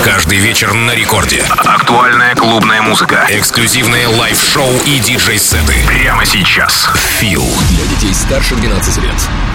Каждый вечер на рекорде. Актуальная клубная музыка. Эксклюзивные лайв-шоу и диджей-сеты. Прямо сейчас. Feel. Для детей старше 12 лет.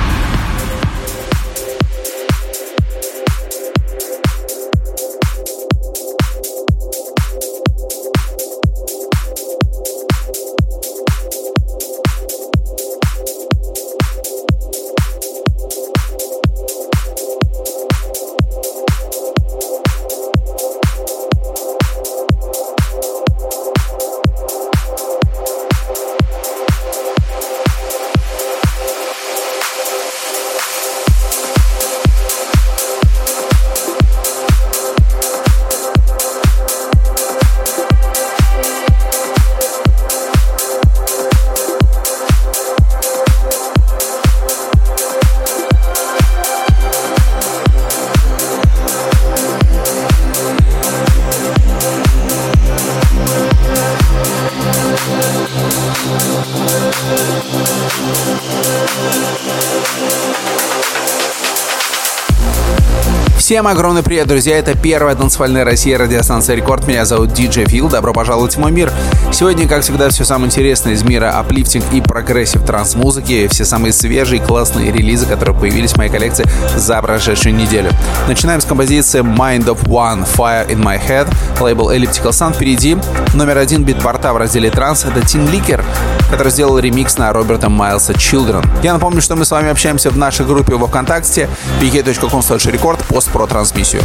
Всем огромный привет, друзья! Это первая танцевальная Россия, радиостанция Рекорд. Меня зовут DJ Feel. Добро пожаловать в мой мир. Сегодня, как всегда, все самое интересное из мира аплифтинг и прогрессив транс-музыки. Все самые свежие, классные релизы, которые появились в моей коллекции за прошедшую неделю. Начинаем с композиции Mind of One, Fire in My Head, лейбл Elliptical Sun. Впереди номер 1 битпорта в разделе транс. Это Tin Licker, который сделал ремикс на Роберта Майлса Children. Я напомню, что мы с вами общаемся в нашей группе во ВКонтакте vk.com/record пост про трансмиссию.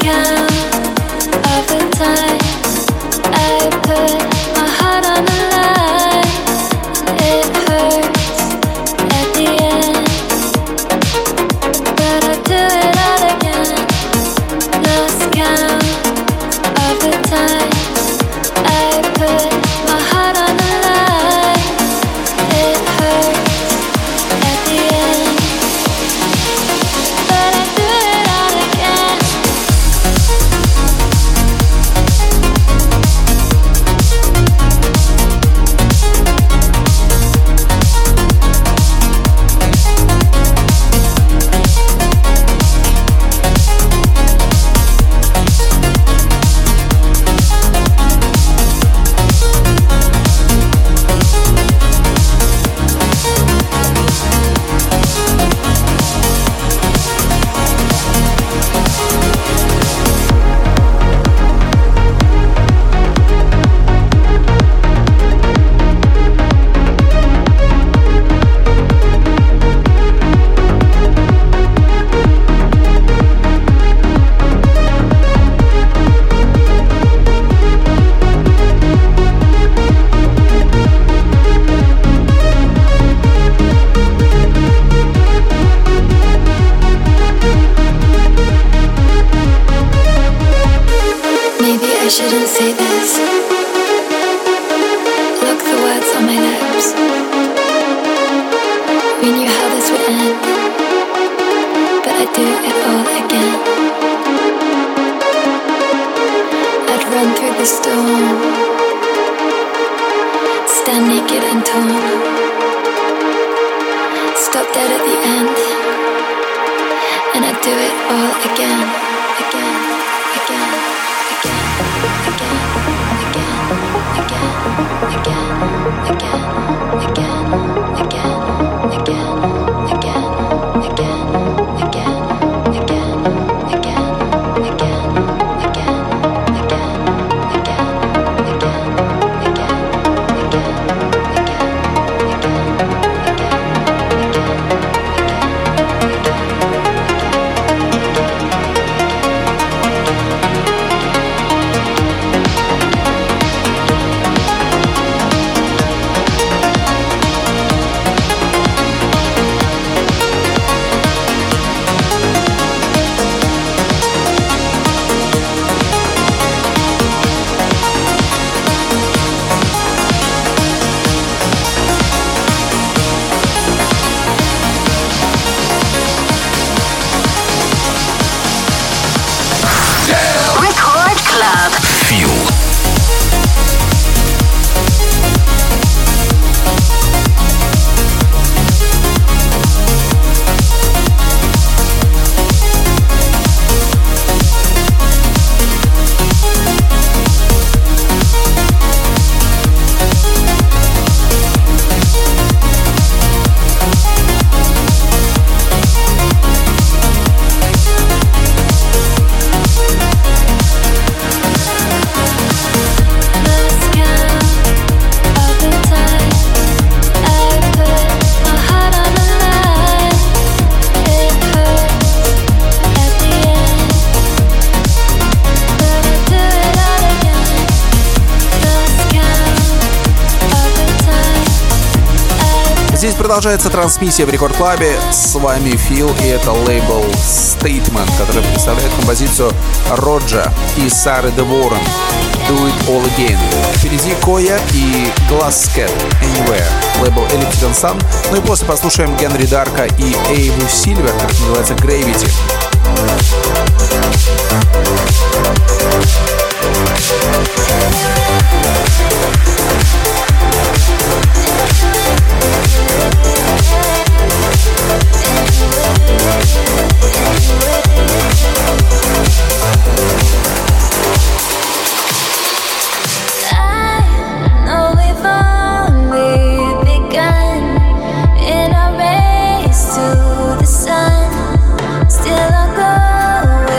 Здесь продолжается трансмиссия в Рекорд Клабе. С вами Фил, и это лейбл Statement, который представляет композицию Роджа и Сары де Ворен Do It All Again. Впереди Коя и Glasscat Anywhere, лейбл Elliptic Sun. Ну и после послушаем Генри Дарка и Эйву Сильвер, как называется, Gravity. Still I'll go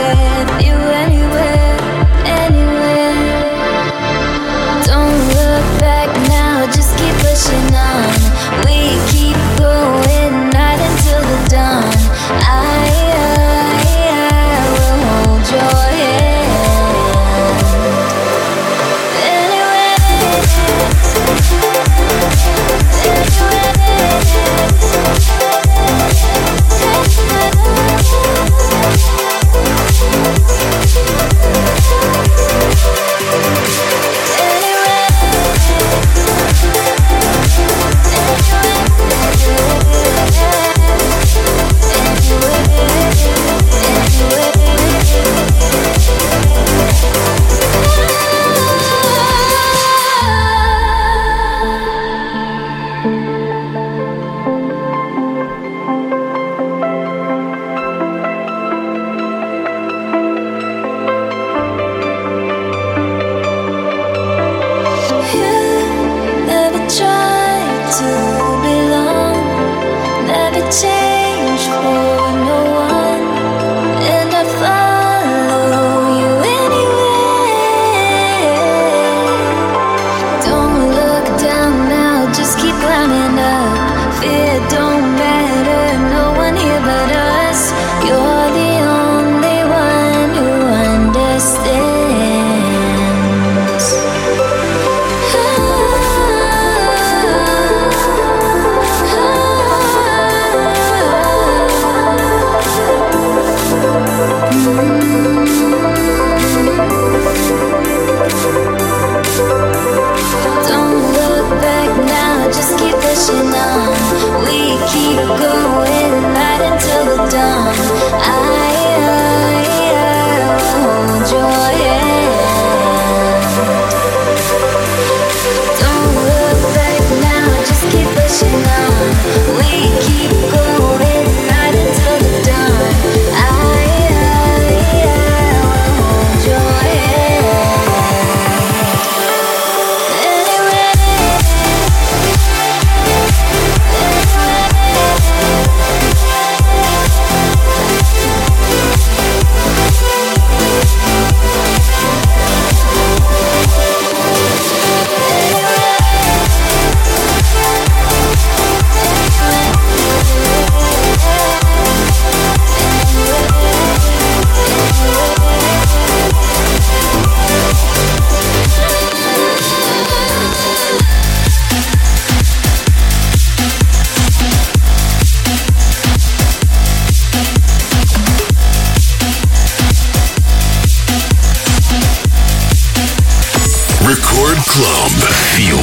Record Club. Feel.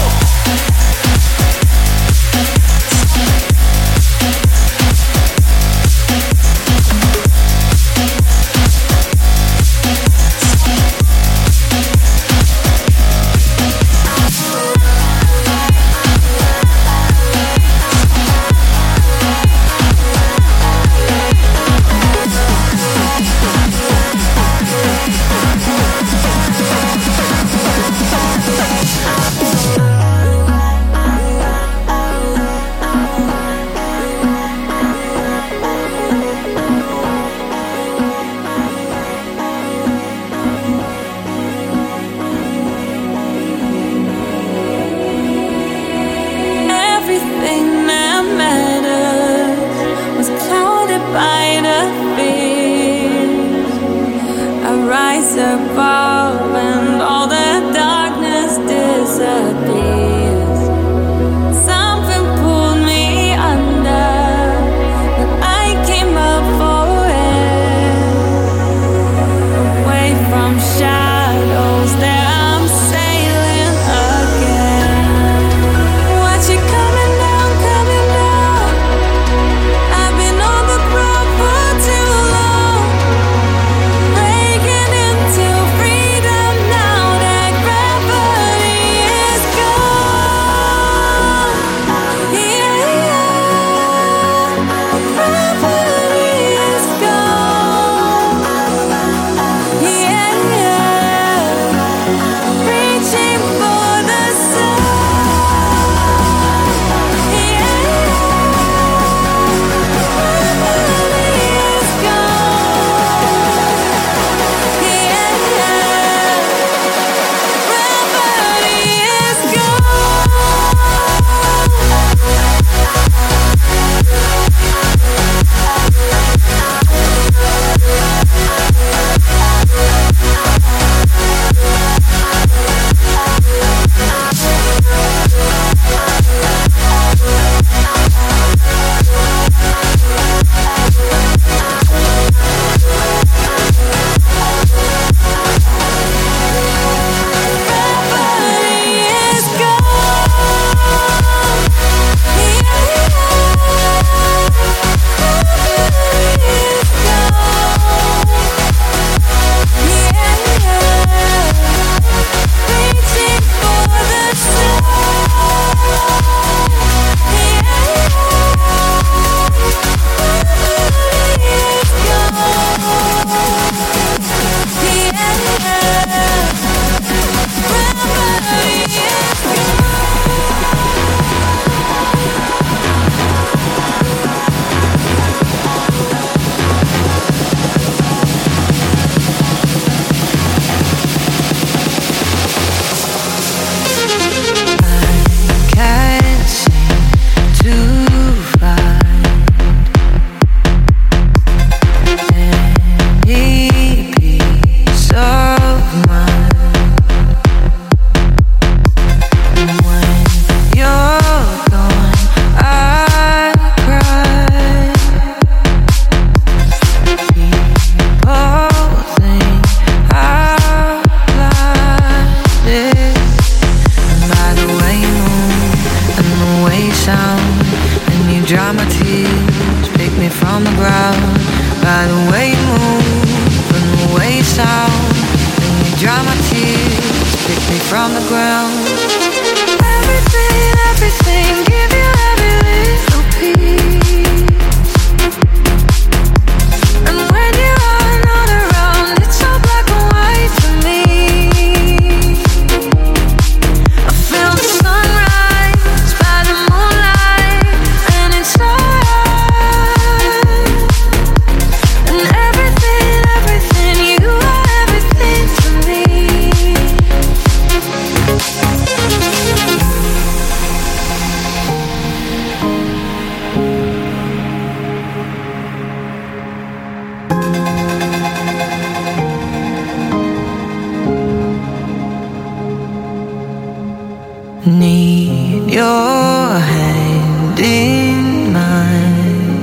Need your hand in mine,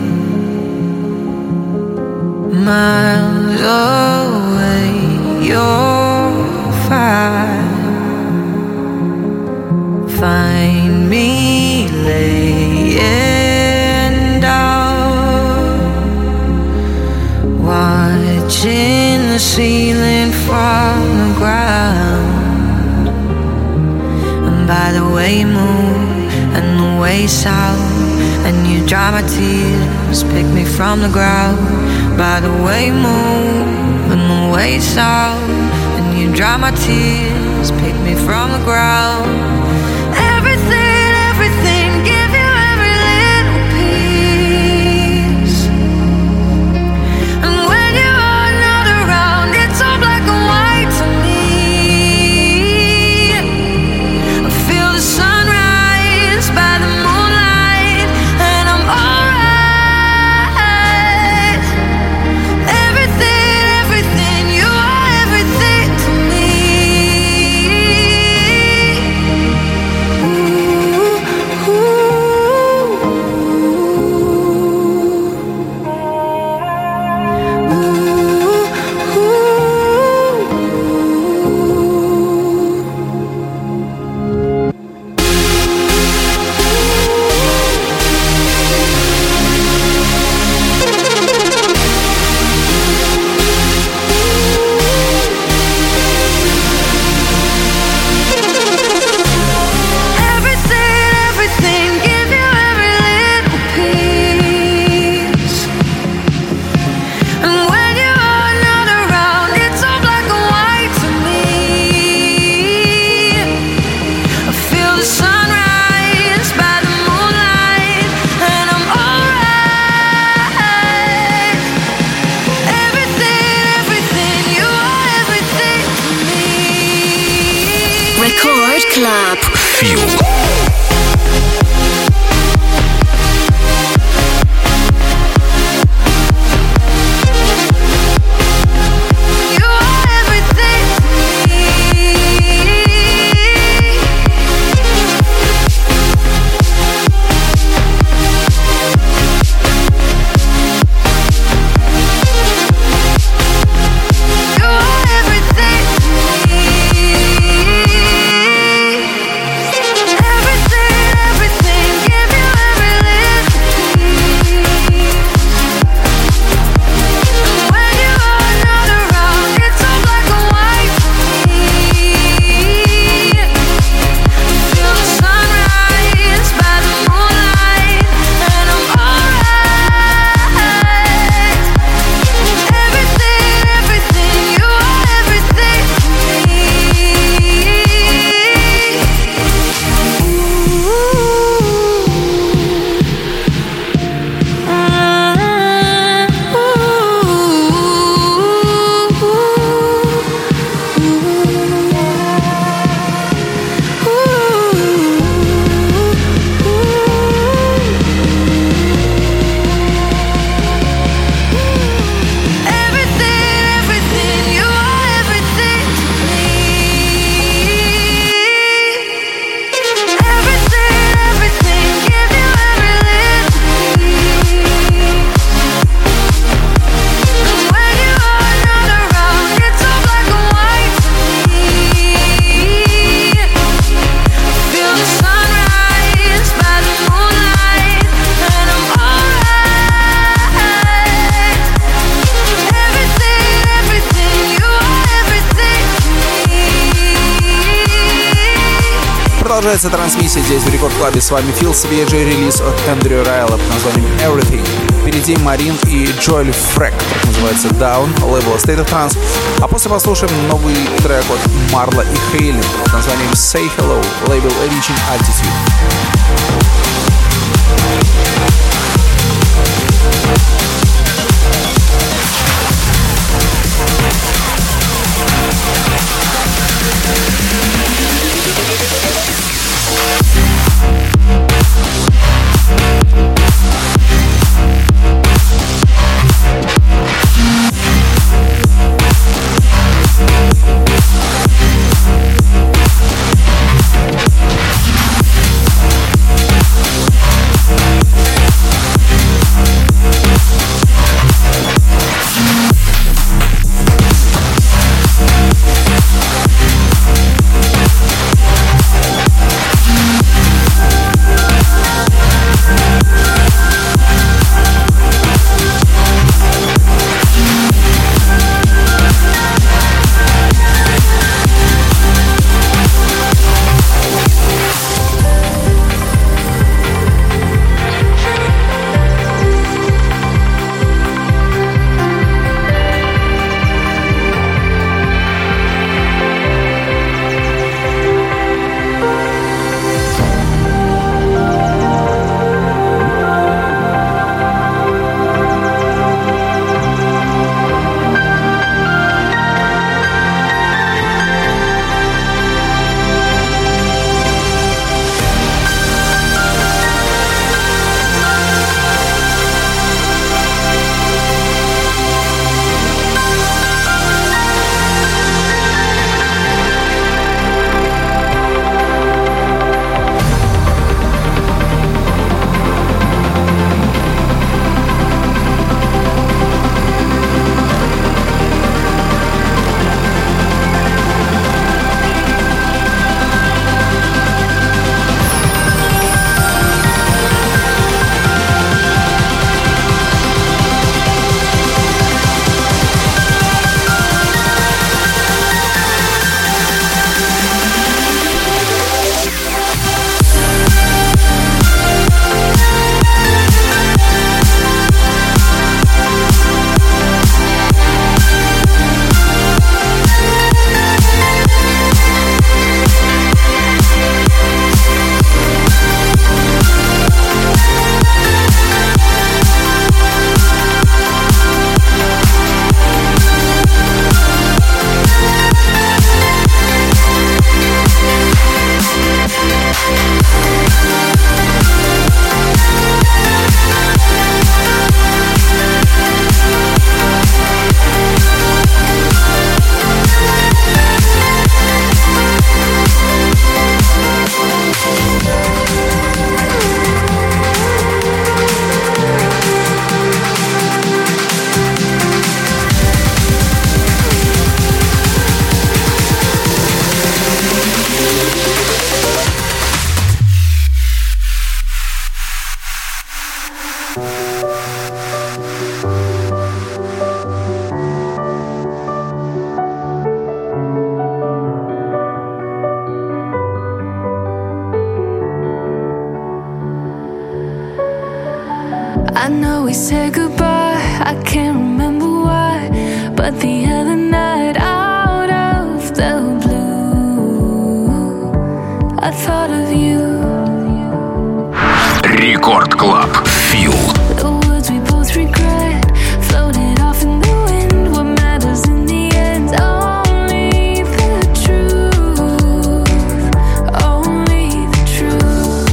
miles away, you're fine. ceiling from the ground. And by the way you move and the way you sound, and you dry my tears, pick me from the ground. By the way you move and the way you sound, and you dry my tears, pick me from the ground. Everything, everything, give you every little piece. And when you are not around, it's all black and white to me. I feel the sunrise by the moonlight, and I'm alright. Everything, everything, you are everything to me. Ooh, everything, everything, give you every little piece. And when you are not around, it's all black and white to me. I feel the sunrise by the moonlight, and I'm alright. Everything, everything, you are everything to me. Record Club. Feel. You are everything to me. You are everything to me. Everything, everything, give you every little piece. And when you are not around, it's all black and white to me. Feel the sunrise by the moonlight, and I'm alright. Everything, everything, you are everything to me. Everything, everything, you are everything to me. Everything, everything, give you every little piece. And when you are not around, it's all black and white to me. Feel the sunrise by the moonlight, and I'm alright. Everything, everything, you are everything to me. Продолжается трансмиссия здесь в Рекорд Клабе. С вами Фил, свежий релиз от Эндрю Райла под названием Everything. Впереди Марин и Джоэль Фрэк, так называется Down, лейбл State of Trance. А после послушаем новый трек от Марла и Хейлин под названием Say Hello, лейбл Reaching Altitude. said goodbye, I can't remember why, but the other night out of the blue, I thought of you. Рекорд Клаб. Feel. The words we both regret floated off in the wind. What matters in the end? Only the truth. Only the truth.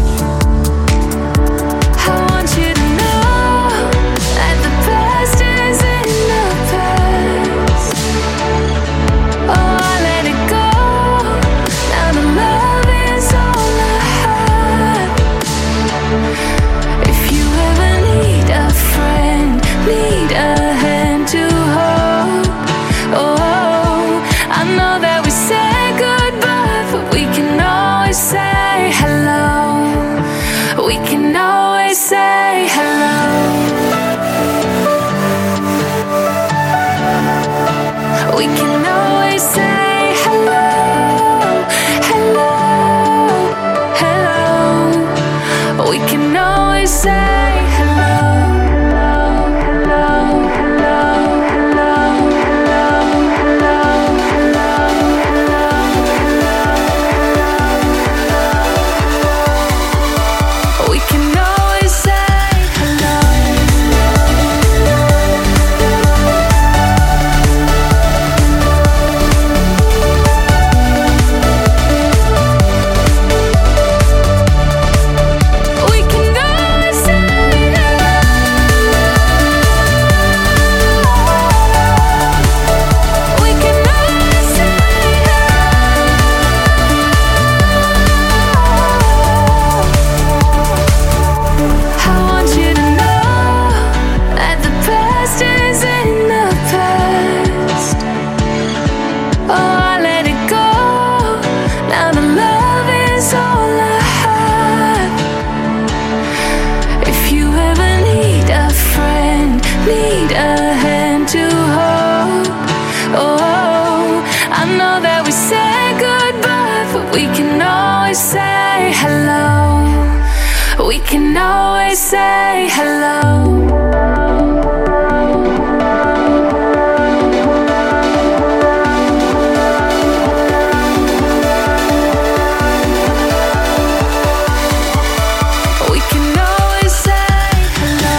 I want you to know that the past is in the past. Oh, I let it go. Now the love is all I have. If you ever need a friend, need a hand to hold, oh, I know that we say goodbye, but we can always say hello. We can always say hello. We can always say hello, hello, hello. We can always say hello, hello, hello, hello, hello, hello. We can always say hello. We can always say hello. We can always say hello. I want you to know that the past is in the past. Oh, I let it go. Now the love is all I have. If you ever need a friend, need a hand to hold, oh, I know that we say goodbye, but we can always say hello. We can always say hello. We can always say hello.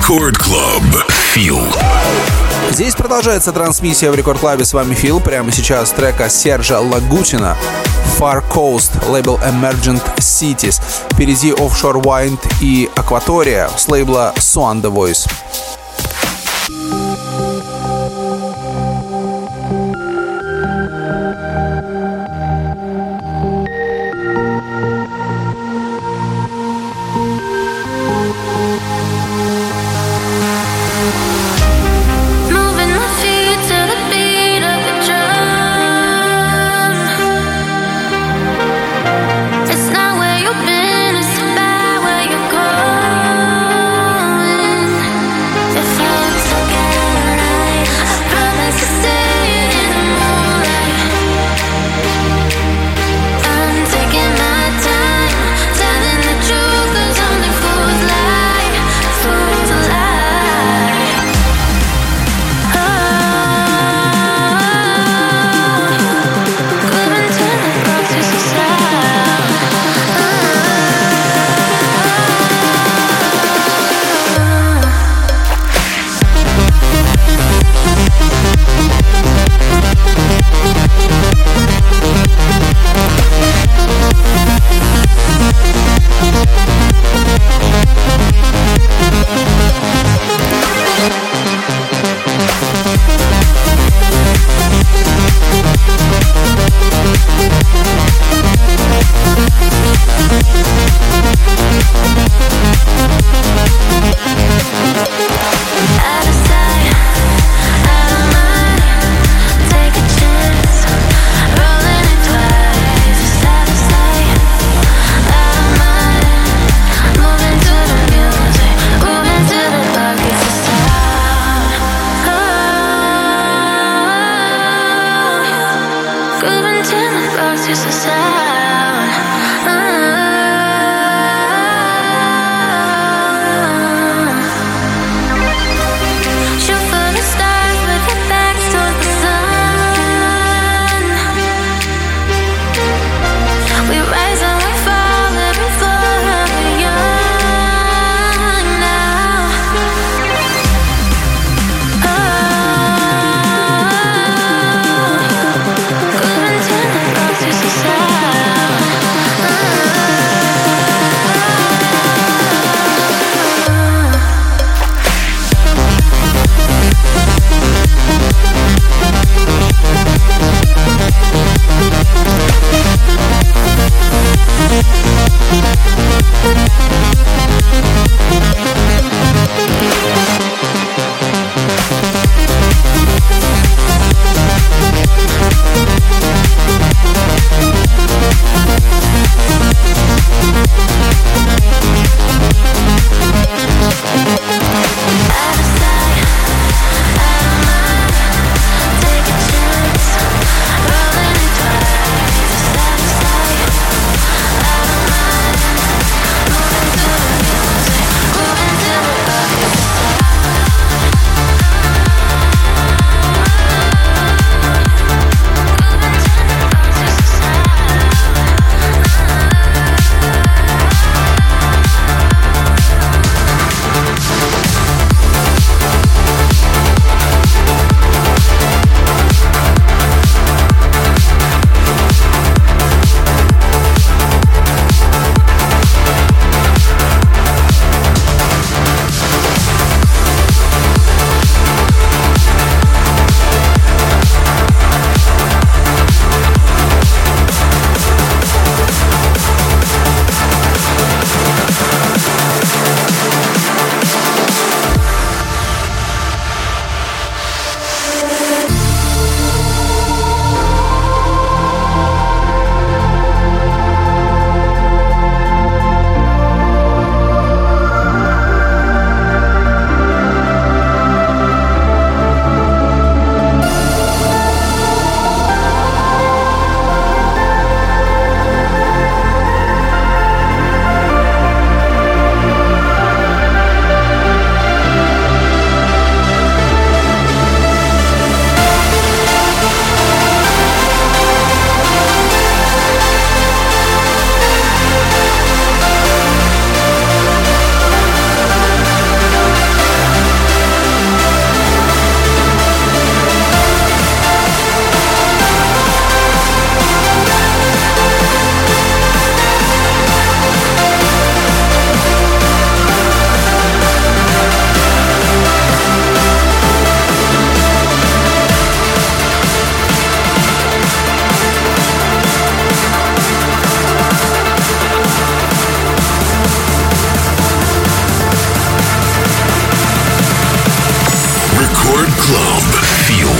Record Club. Feel. Здесь продолжается трансмиссия в Рекорд Клабе. С вами Фил. Прямо сейчас трека Сержа Лагутина Far Coast, лейбл Emergent Cities. Впереди Offshore Wind и Акватория с лейбла Swan The Voice. Society Club Feel.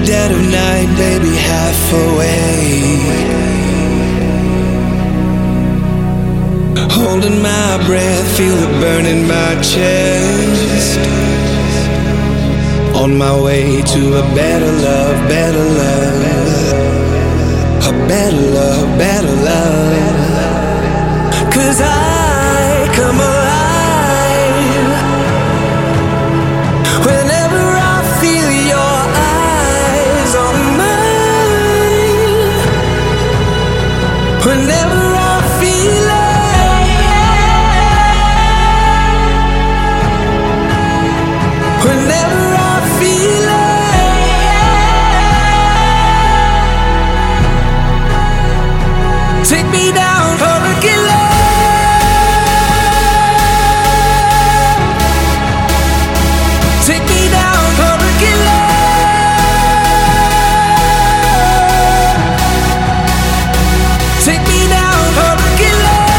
dead of night, baby, half awake, holding my breath, feel it burn in my chest. On my way to a better love, better love, a better love, better love. 'Cause I come alive whenever I feel your eyes on mine, whenever I feel it, whenever I feel it. Take me down, hurricane love. Take me down, hurricane love. Take me down, hurricane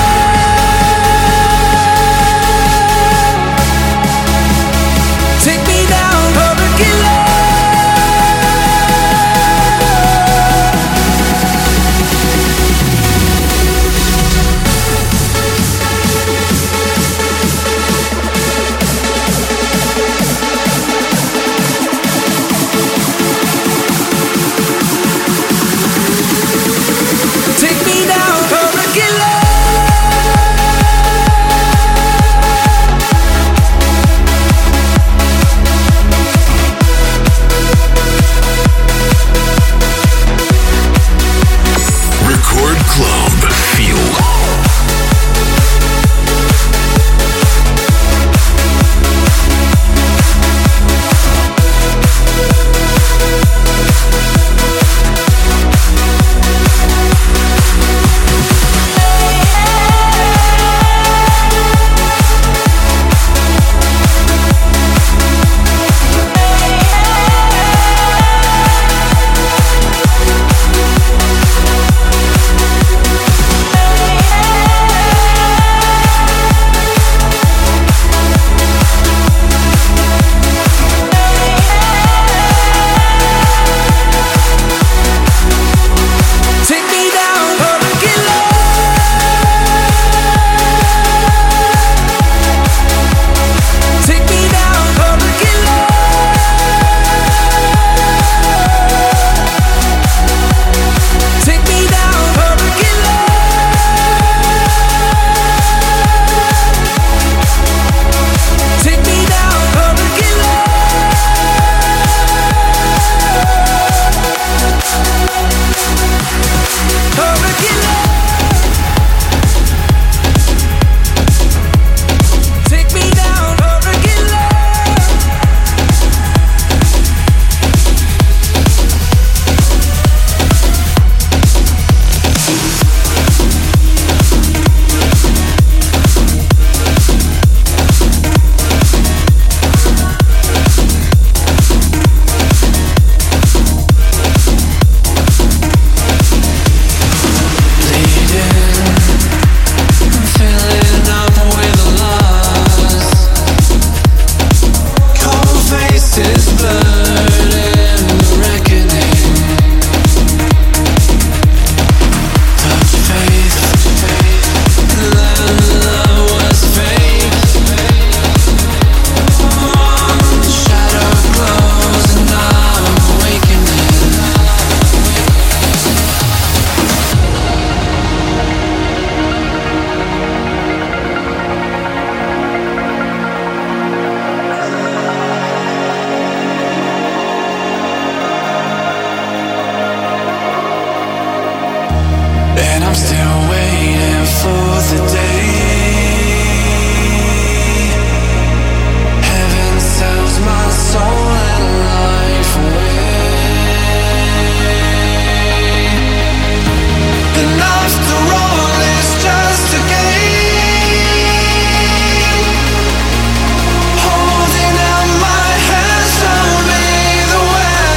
love. Take me down, hurricane love. Take me down, hurricane love. Record Club. Feel. Take me down, hurricane love. Take me down, hurricane love. Take me down, hurricane love. Take me down, hurricane love. Hurricane love. Take me down, hurricane love. Filling up with loss, cold faces blurred in the reckoning. Touch faith, love was fake. Shadow close and I'm awakening. And I'm still waiting for the day heaven sells my soul and life away. And after all, it's just a game. Holding out my hand, show me the way.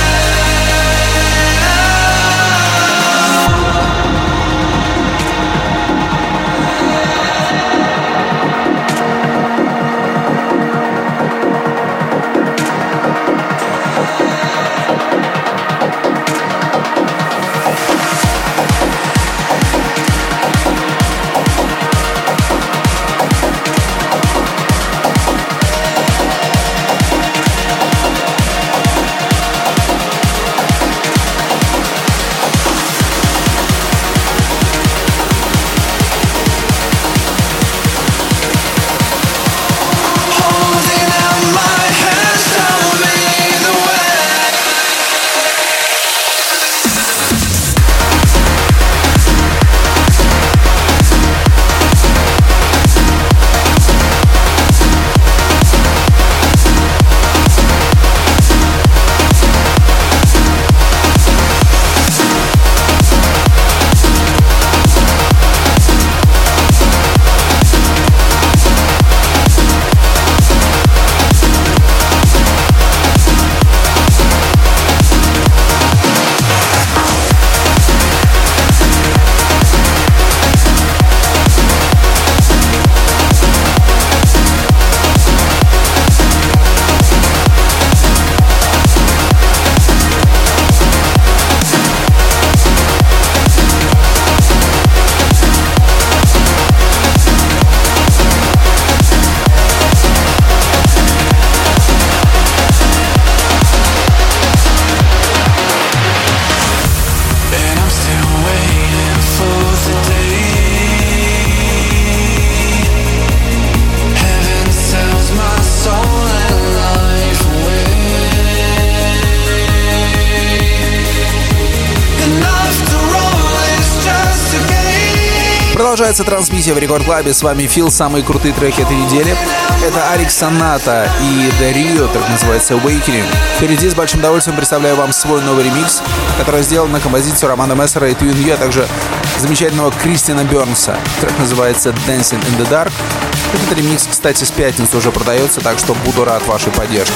Продолжается трансмиссия в Рекорд Клабе. С вами Фил. Самые крутые треки этой недели. Это Алекс Соната и Дарио, так называется Awakening. Впереди с большим удовольствием представляю вам свой новый ремикс, который сделан на композицию Романа Мессера и Twin View, а также замечательного Кристина Бернса. Трек называется Dancing in the Dark. Этот ремикс, кстати, с пятницы уже продается, так что буду рад вашей поддержке.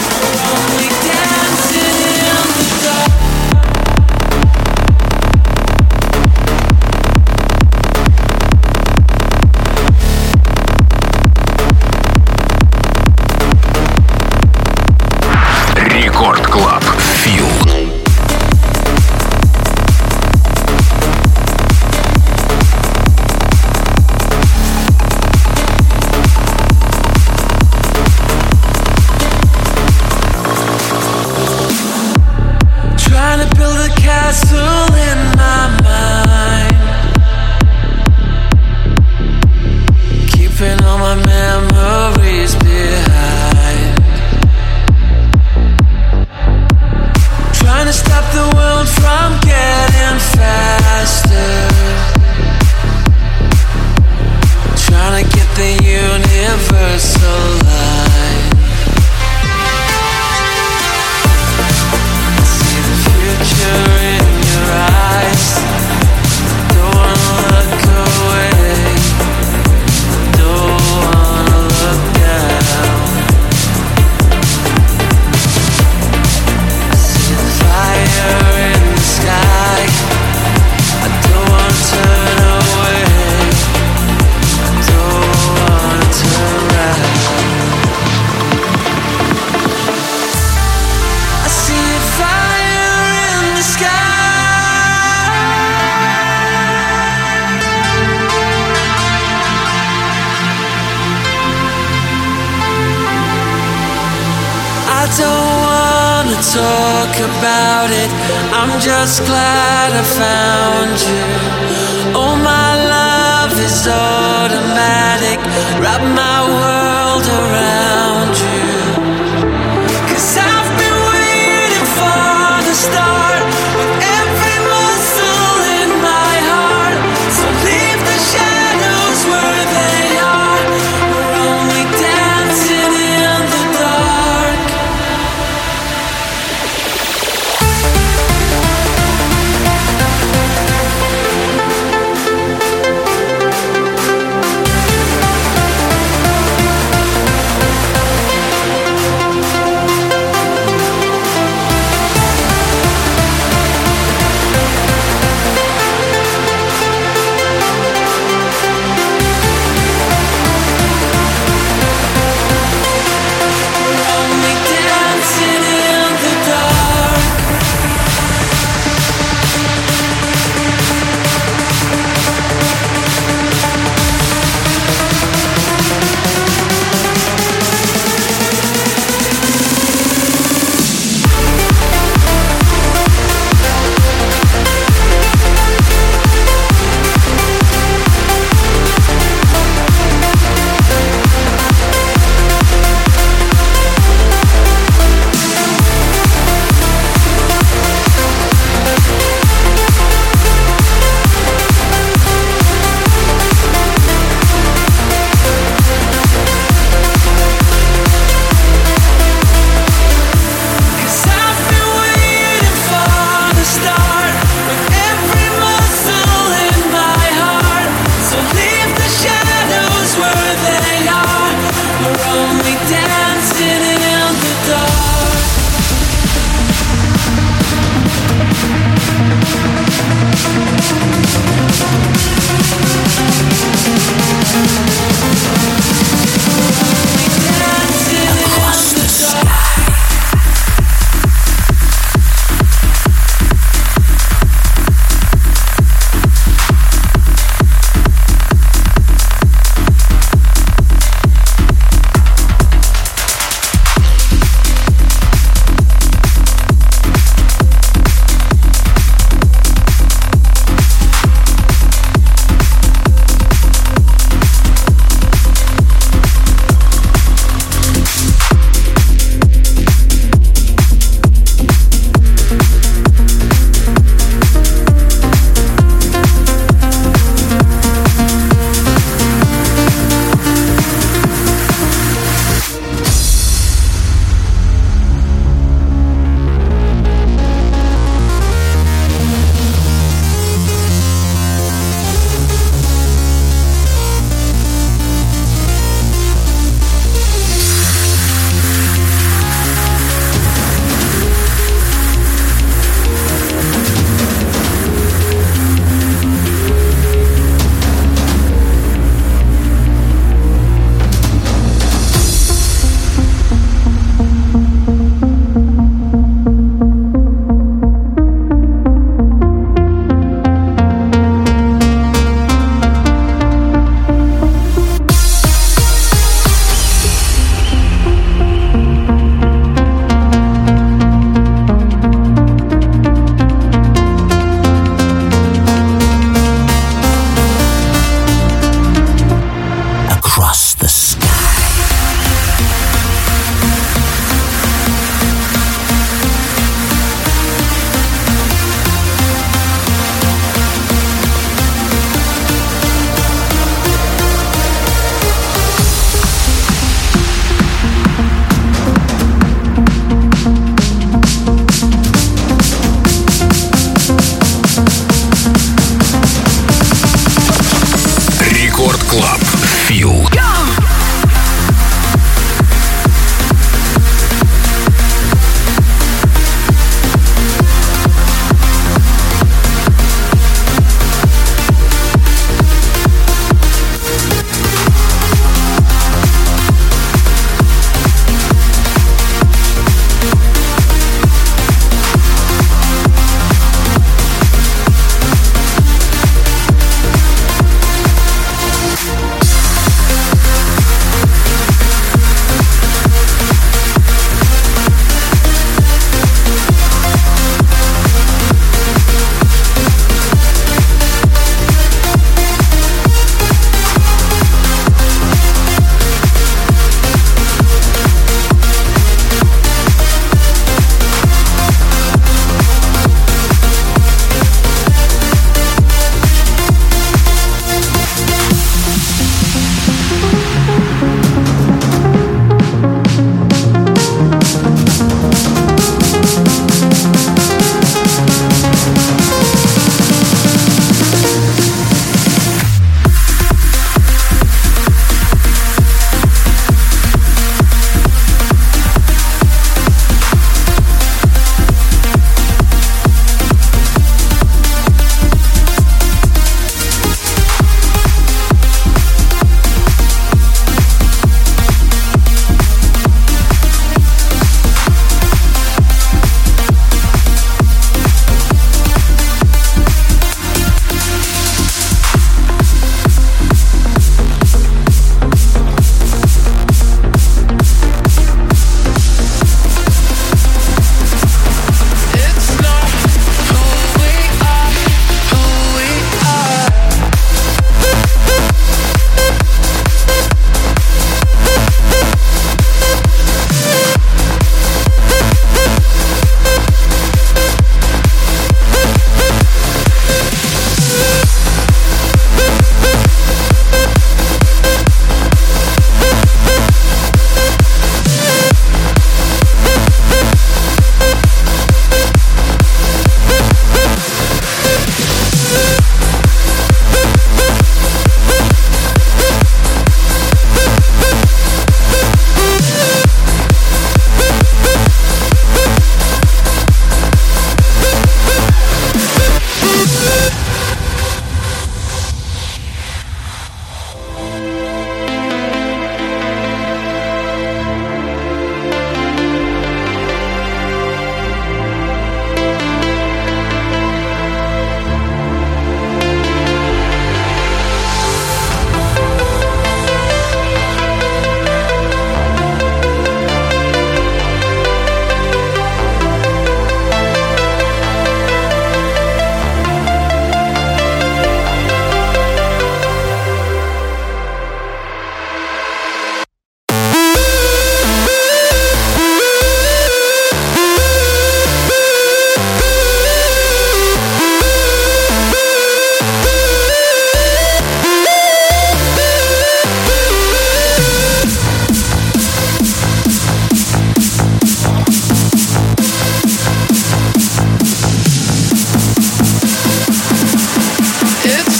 Рекорд Клаб. Фил. Talk about it, I'm just glad I found you. Oh, my love is automatic, wrap my world around you. 'Cause I've been waiting for the start, with every muscle in my heart. So leave the shadows where they are, we're only dancing in the dark.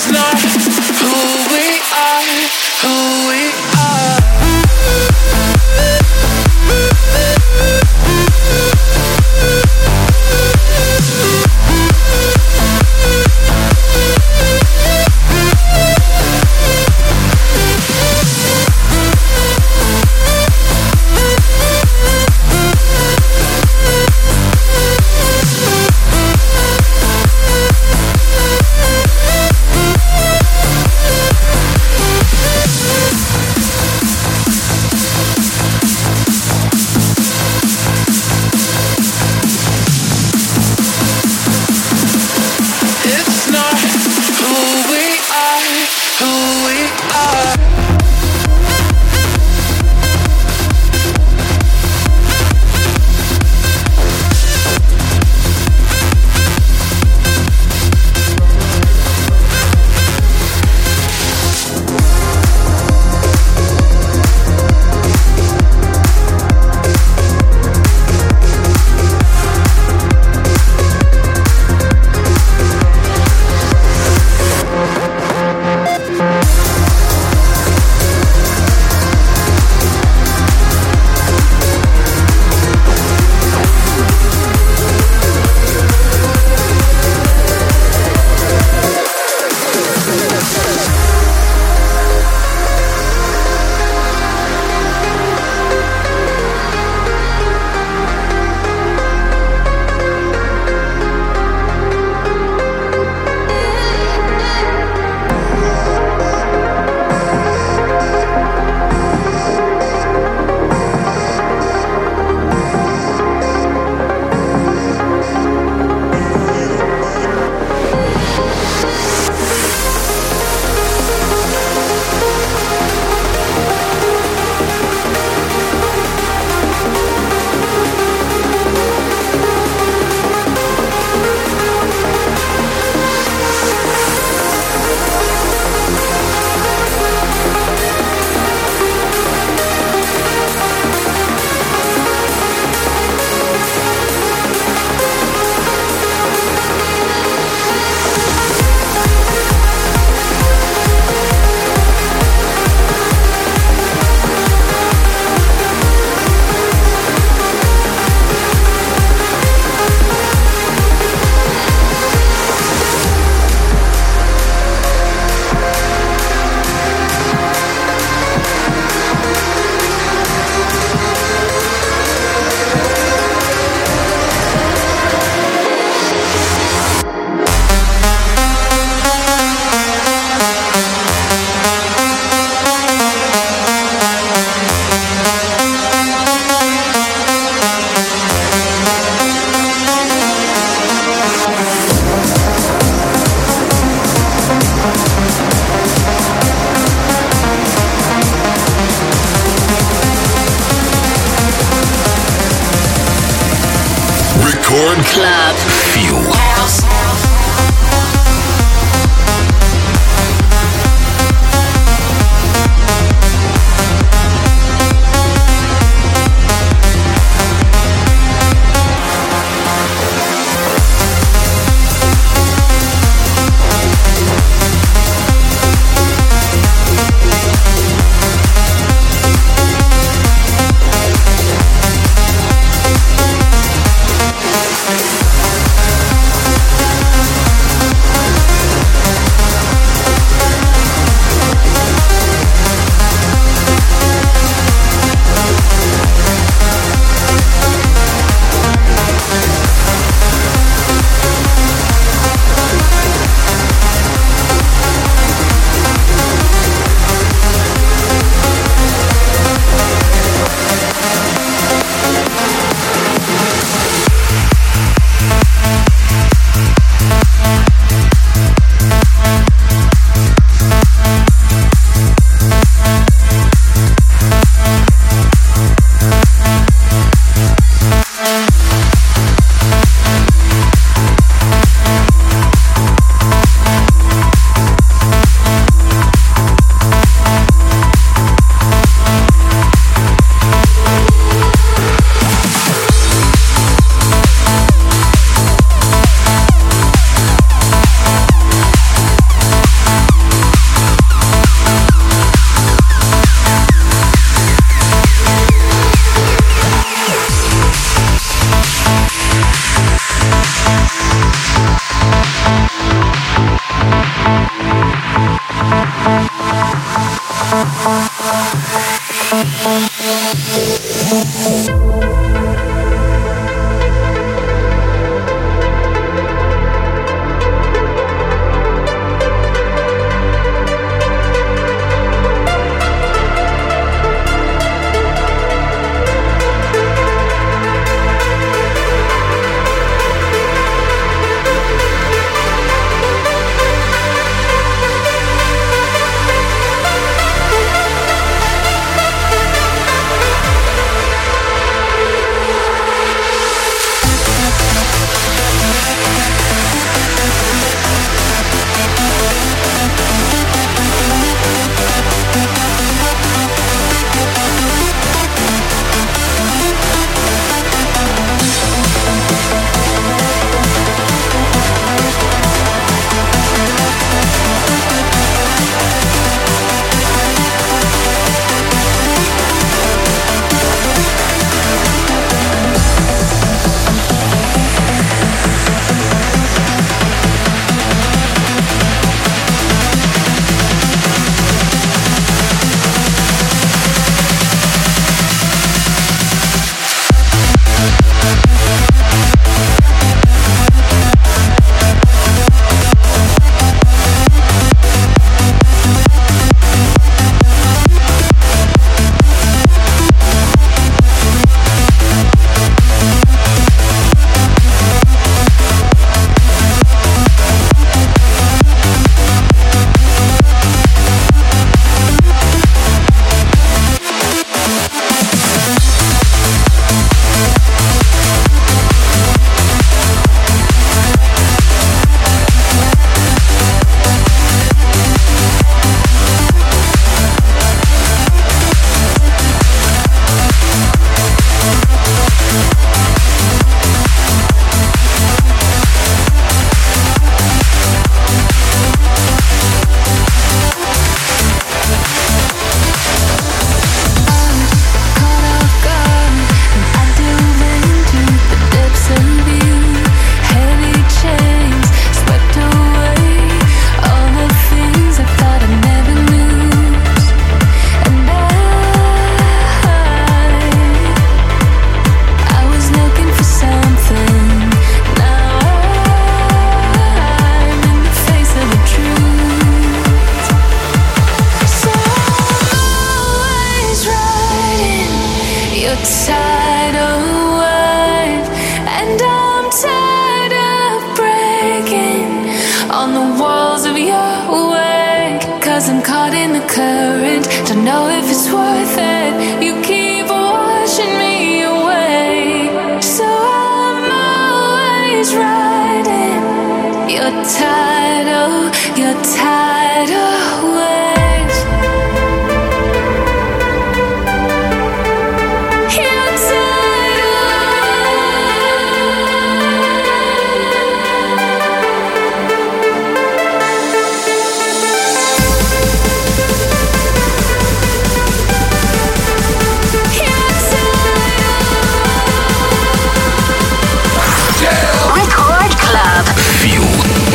Record Club Feel. 'cause I'm caught in the current. Don't know if it's worth it. You keep washing me away, so I'm always riding your tidal waves. Your tidal waves. Record Club. Feel.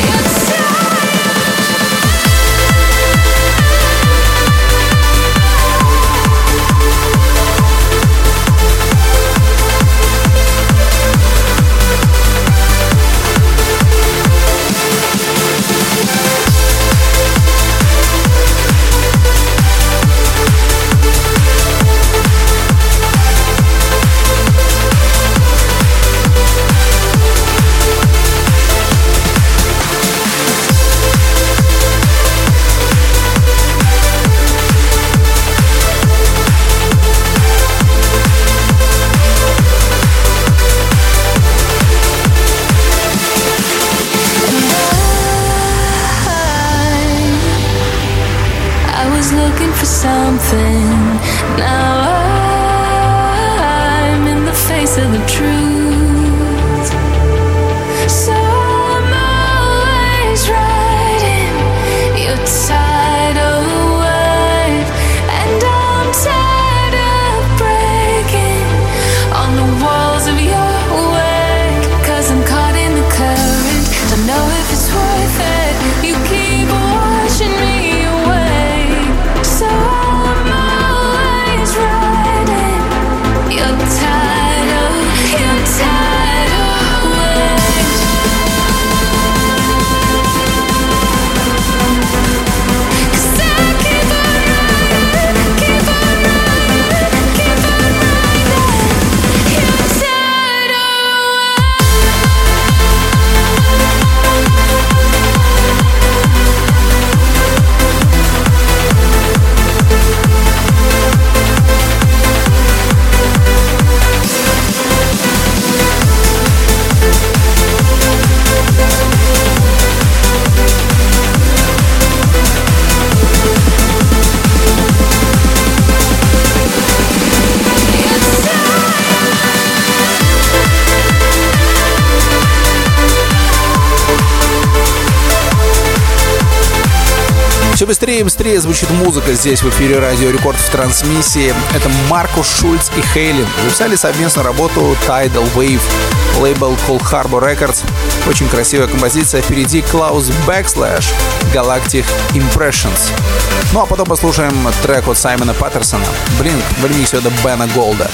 Looking for something. Now I'm in the face of the truth. So I'm always riding your tidal wave, and I'm tired of breaking on the walls of your wake. 'Cause I'm caught in the current. Don't know if it's worth it. You keep washing me away. So I'm always riding your tidal waves. 'Cause I keep on riding, keep on riding, keep on riding your tidal Все быстрее и быстрее звучит музыка здесь в эфире Радио Рекорд в трансмиссии. Это Маркус Шульц и Хейлин записали совместно работу Tidal Wave, лейбл Cold Harbor Records. Очень красивая композиция. Впереди Klaus Backslash, Galactic Impressions. Ну а потом послушаем трек от Саймона Паттерсона, Blink в ремиксе от Бена Голда.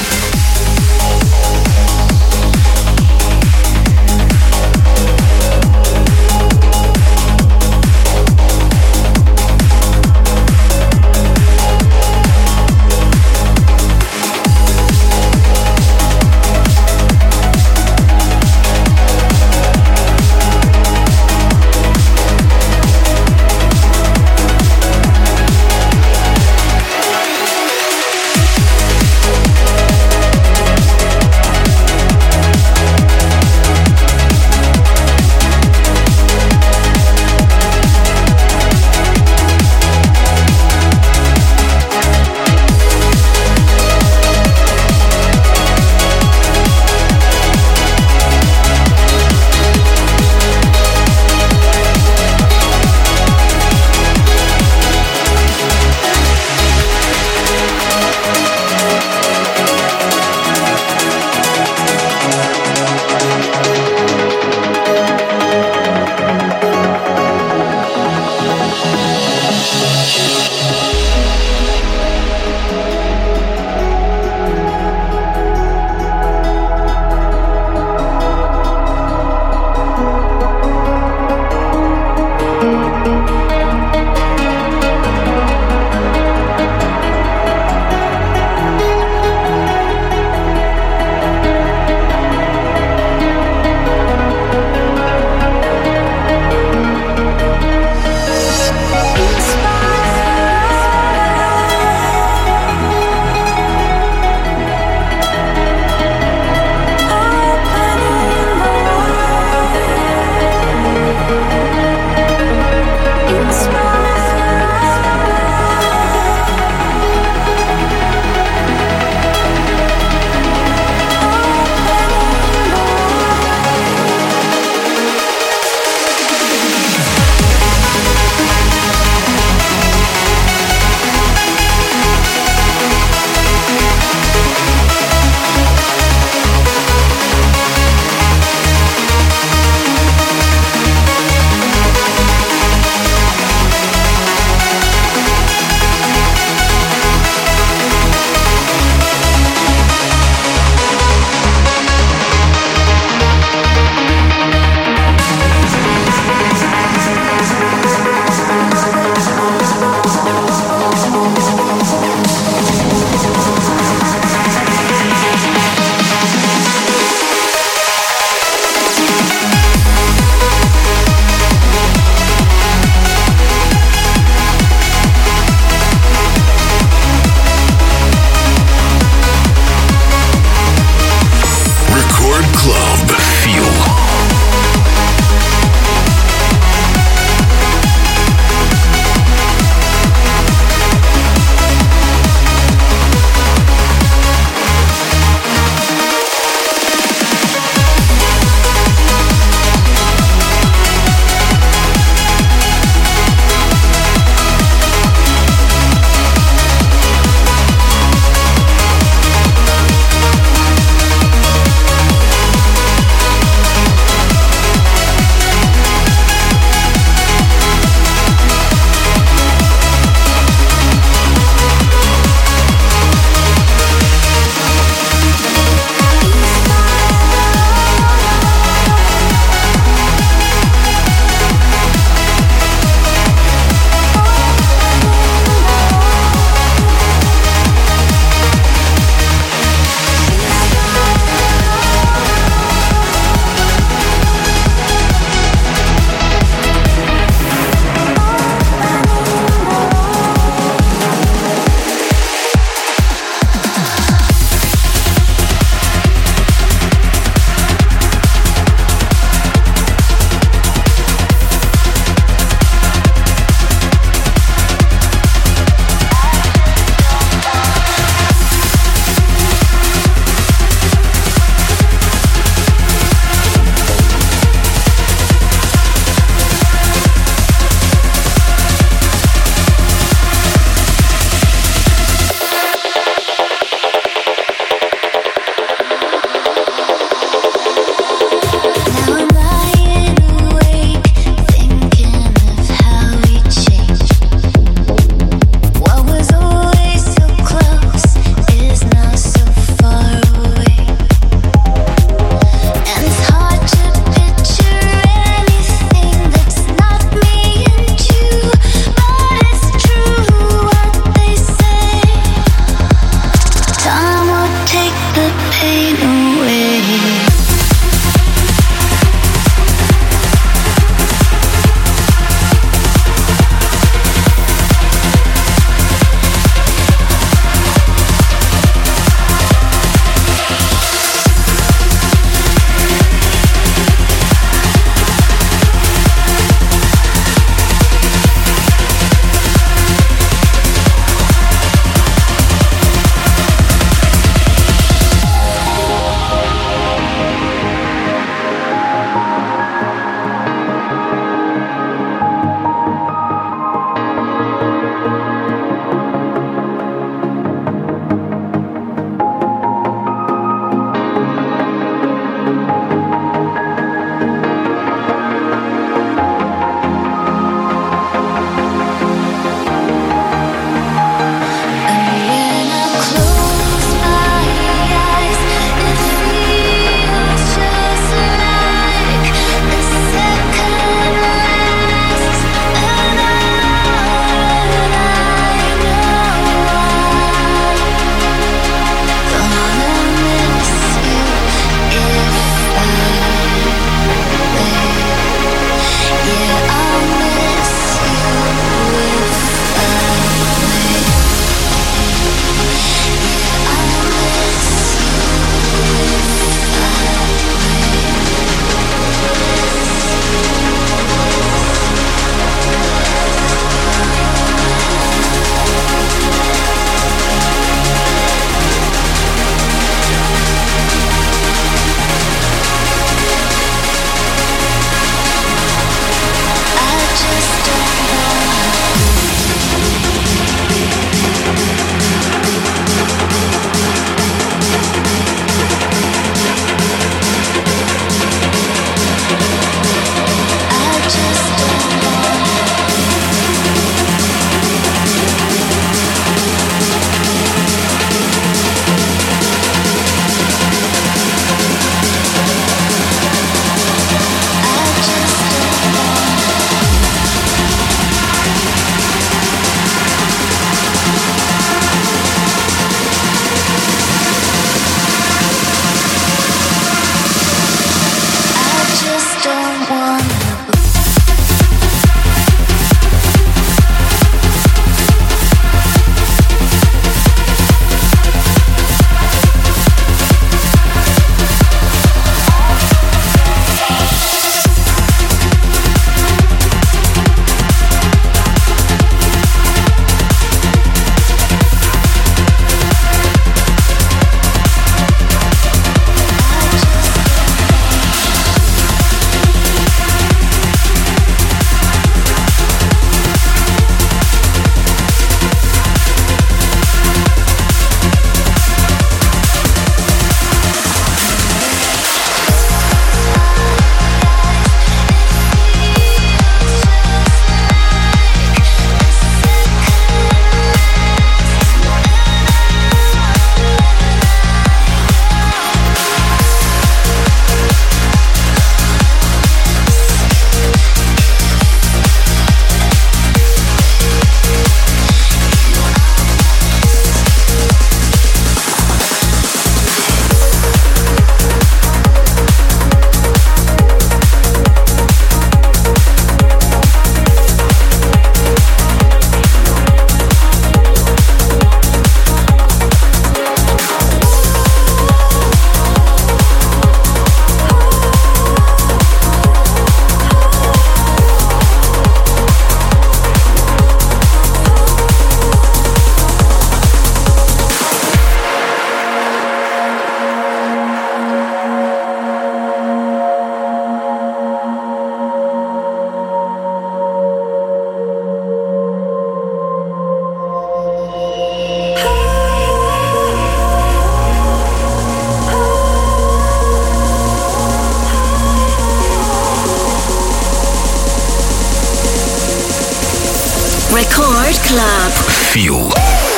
Record Club. Feel.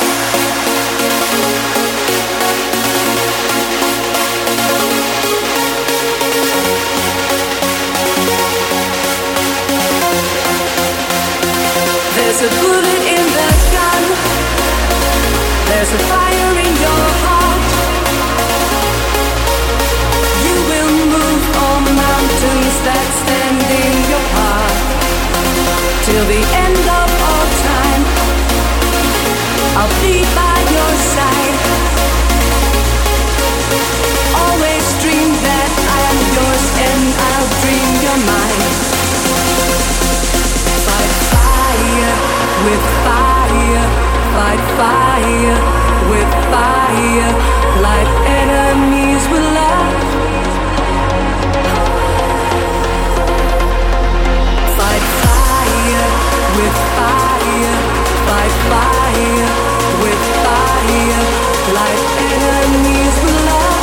There's a bullet in the gun. There's a fire in your heart. You will move all mountains that stand in your path. Till the end of all time, I'll be by your side. Always dream that I am yours and I'll dream your mind. Fight fire with fire, fight fire with fire, light enemies with love. Fight fire with fire, fight fire with fire, light enemies with love.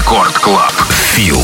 Рекорд Клаб. Фил.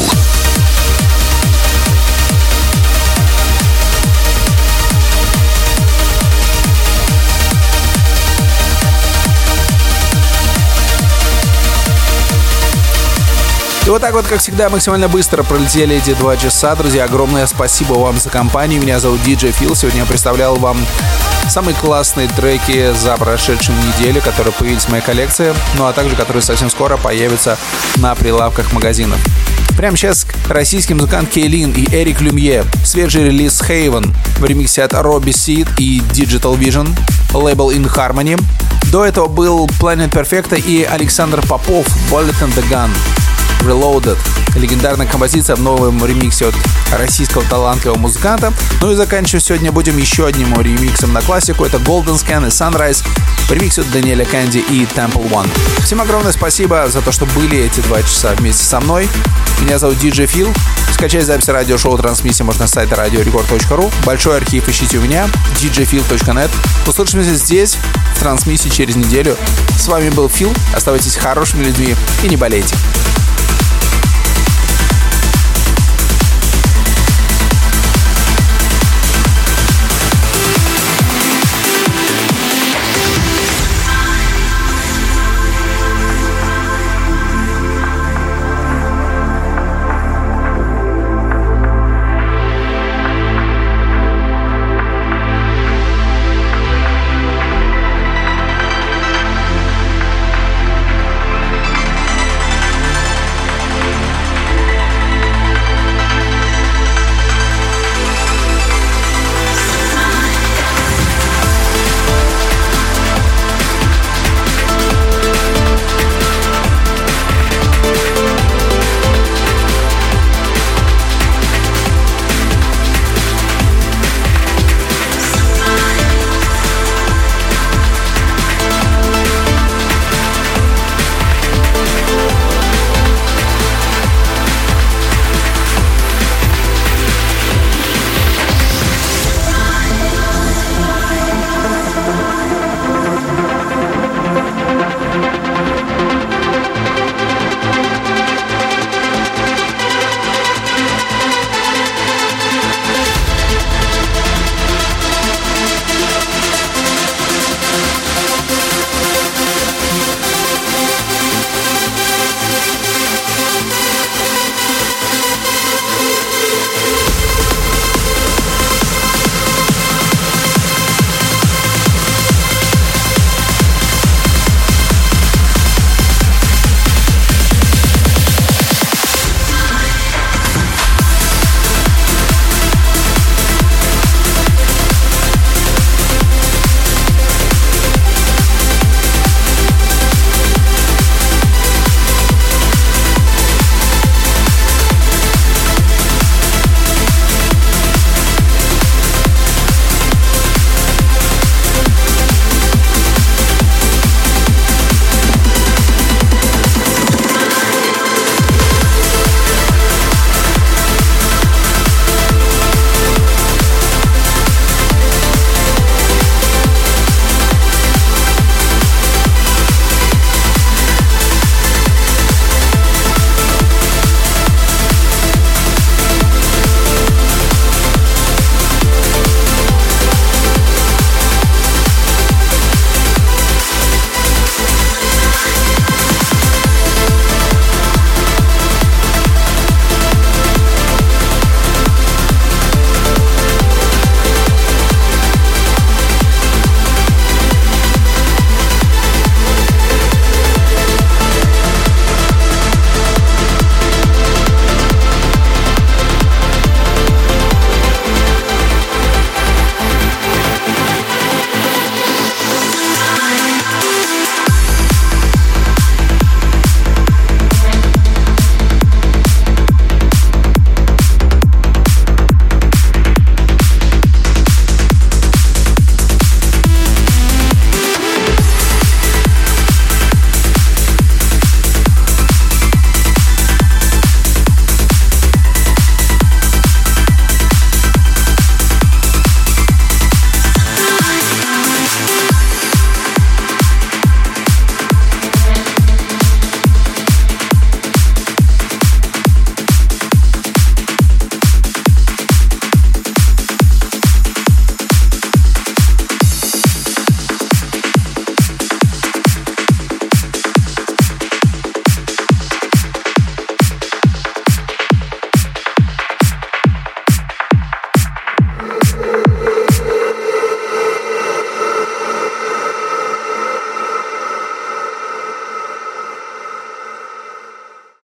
И вот так вот, как всегда, максимально быстро пролетели эти 2 часа. Друзья, огромное спасибо вам за компанию. Меня зовут DJ Phil. Сегодня я представлял вам самые классные треки за прошедшую неделю, которые появились в моей коллекции, ну а также которые совсем скоро появятся на прилавках магазинов. Прямо сейчас российский музыкант Кейлин и Эрик Люмье. Свежий релиз Haven в ремиксе от Robbie Seed и Digital Vision, лейбл In Harmony. До этого был Planet Perfecta и Александр Попов, Bullet and the Gun. Reloaded. Легендарная композиция в новом ремиксе от российского талантливого музыканта. Ну и заканчивать сегодня будем еще одним ремиксом на классику. Это Golden Scan и Sunrise в ремиксе от Даниэля Кэнди и Temple One. Всем огромное спасибо за то, что были эти 2 часа вместе со мной. Меня зовут DJ Phil. Скачать запись радиошоу трансмиссии можно с сайта radiorecord.ru. Большой архив ищите у меня, djphil.net. Услышимся здесь, в трансмиссии через неделю. С вами был Phil. Оставайтесь хорошими людьми и не болейте.